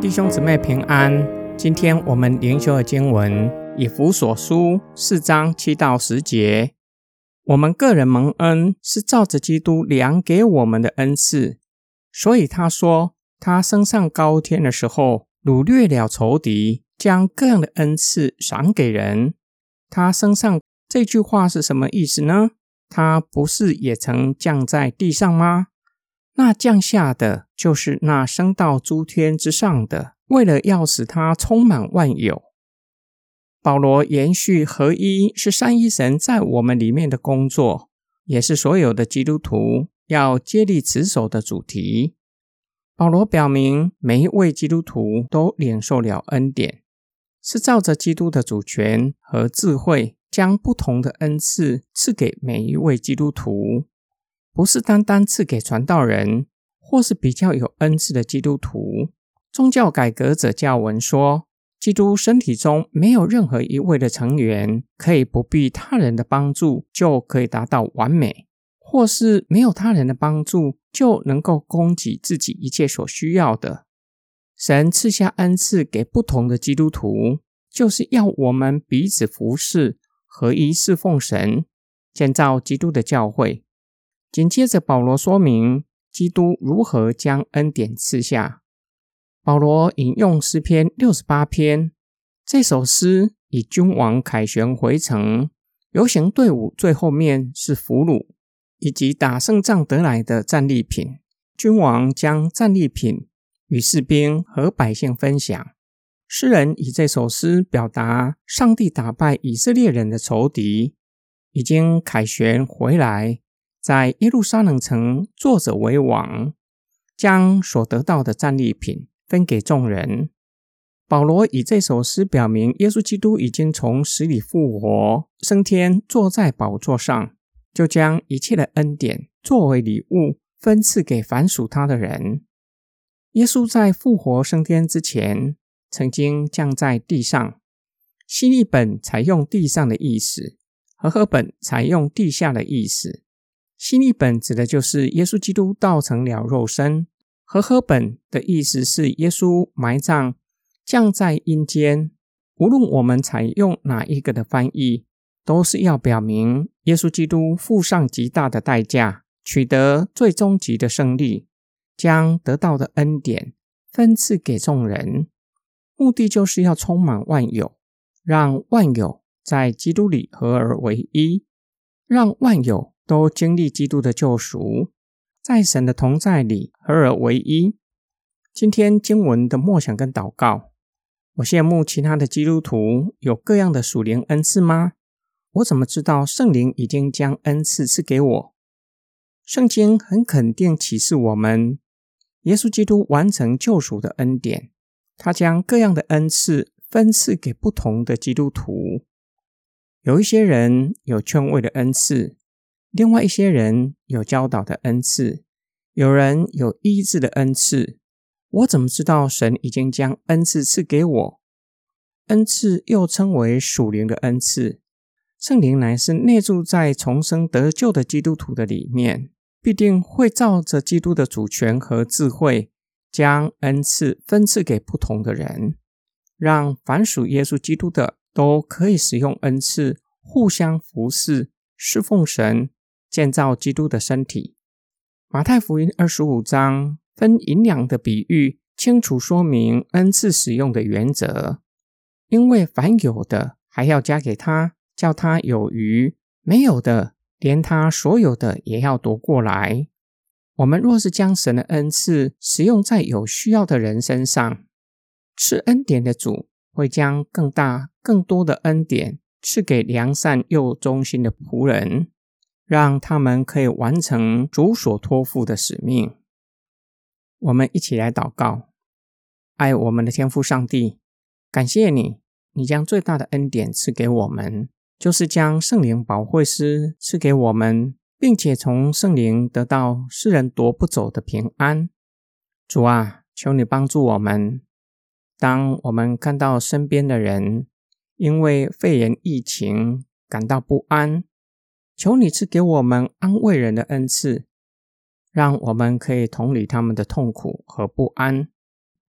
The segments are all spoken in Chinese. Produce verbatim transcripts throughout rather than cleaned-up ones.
弟兄姊妹平安。今天我们灵修的经文以弗所书四章七到十节。我们个人蒙恩是照着基督量给我们的恩赐，所以他说他升上高天的时候，掳掠了仇敌，将各样的恩赐赏给人。他升上这句话是什么意思呢？他不是也曾降在地上吗？那降下的就是那升到诸天之上的，为了要使他充满万有。保罗延续合一是三一神在我们里面的工作，也是所有的基督徒要接力持守的主题。保罗表明每一位基督徒都领受了恩典，是照着基督的主权和智慧，将不同的恩赐赐给每一位基督徒，不是单单赐给传道人或是比较有恩赐的基督徒。宗教改革者教文说，基督身体中没有任何一位的成员可以不必他人的帮助就可以达到完美，或是没有他人的帮助就能够供给自己一切所需要的。神赐下恩赐给不同的基督徒，就是要我们彼此服侍，合一侍奉神，建造基督的教会。紧接着保罗说明基督如何将恩典赐下。保罗引用诗篇六十八篇，这首诗以君王凯旋回城，游行队伍最后面是俘虏，以及打胜仗得来的战利品。君王将战利品与士兵和百姓分享。诗人以这首诗表达上帝打败以色列人的仇敌，已经凯旋回来，在耶路撒冷城坐着为王，将所得到的战利品分给众人。保罗以这首诗表明耶稣基督已经从死里复活，升天，坐在宝座上，就将一切的恩典作为礼物分赐给凡属他的人。耶稣在复活升天之前曾经降在地上，希利本采用地上的意思，和合本采用地下的意思。希利本指的就是耶稣基督道成了肉身，和合本的意思是耶稣埋葬降在阴间。无论我们采用哪一个的翻译，都是要表明耶稣基督付上极大的代价，取得最终极的胜利，将得到的恩典分赐给众人，目的就是要充满万有，让万有在基督里合而为一，让万有都经历基督的救赎，在神的同在里合而为一。今天经文的默想跟祷告，我羡慕其他的基督徒有各样的属灵恩赐吗？我怎么知道圣灵已经将恩赐赐给我？圣经很肯定启示我们，耶稣基督完成救赎的恩典，他将各样的恩赐分赐给不同的基督徒。有一些人有劝慰的恩赐，另外一些人有教导的恩赐，有人有医治的恩赐。我怎么知道神已经将恩赐赐给我？恩赐又称为属灵的恩赐，圣灵乃是内住在重生得救的基督徒的里面，必定会照着基督的主权和智慧，将恩赐分赐给不同的人，让凡属耶稣基督的都可以使用恩赐，互相服侍，侍奉神，建造基督的身体。马太福音二十五章分银两的比喻，清楚说明恩赐使用的原则。因为凡有的还要加给他，叫他有余；没有的，连他所有的也要夺过来。我们若是将神的恩赐使用在有需要的人身上，赐恩典的主会将更大更多的恩典赐给良善又忠心的仆人，让他们可以完成主所托付的使命。我们一起来祷告。爱我们的天父上帝，感谢你，你将最大的恩典赐给我们，就是将圣灵保惠师赐给我们，并且从圣灵得到世人夺不走的平安。主啊，求你帮助我们，当我们看到身边的人因为肺炎疫情感到不安，求你赐给我们安慰人的恩赐，让我们可以同理他们的痛苦和不安，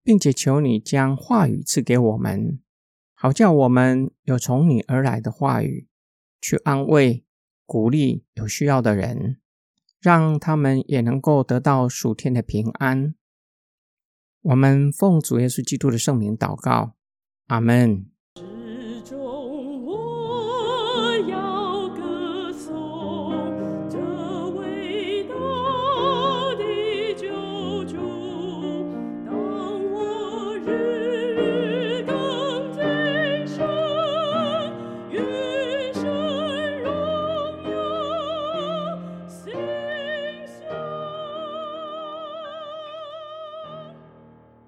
并且求你将话语赐给我们，好叫我们有从你而来的话语，去安慰、鼓励有需要的人，让他们也能够得到属天的平安。我们奉主耶稣基督的圣名祷告，阿们。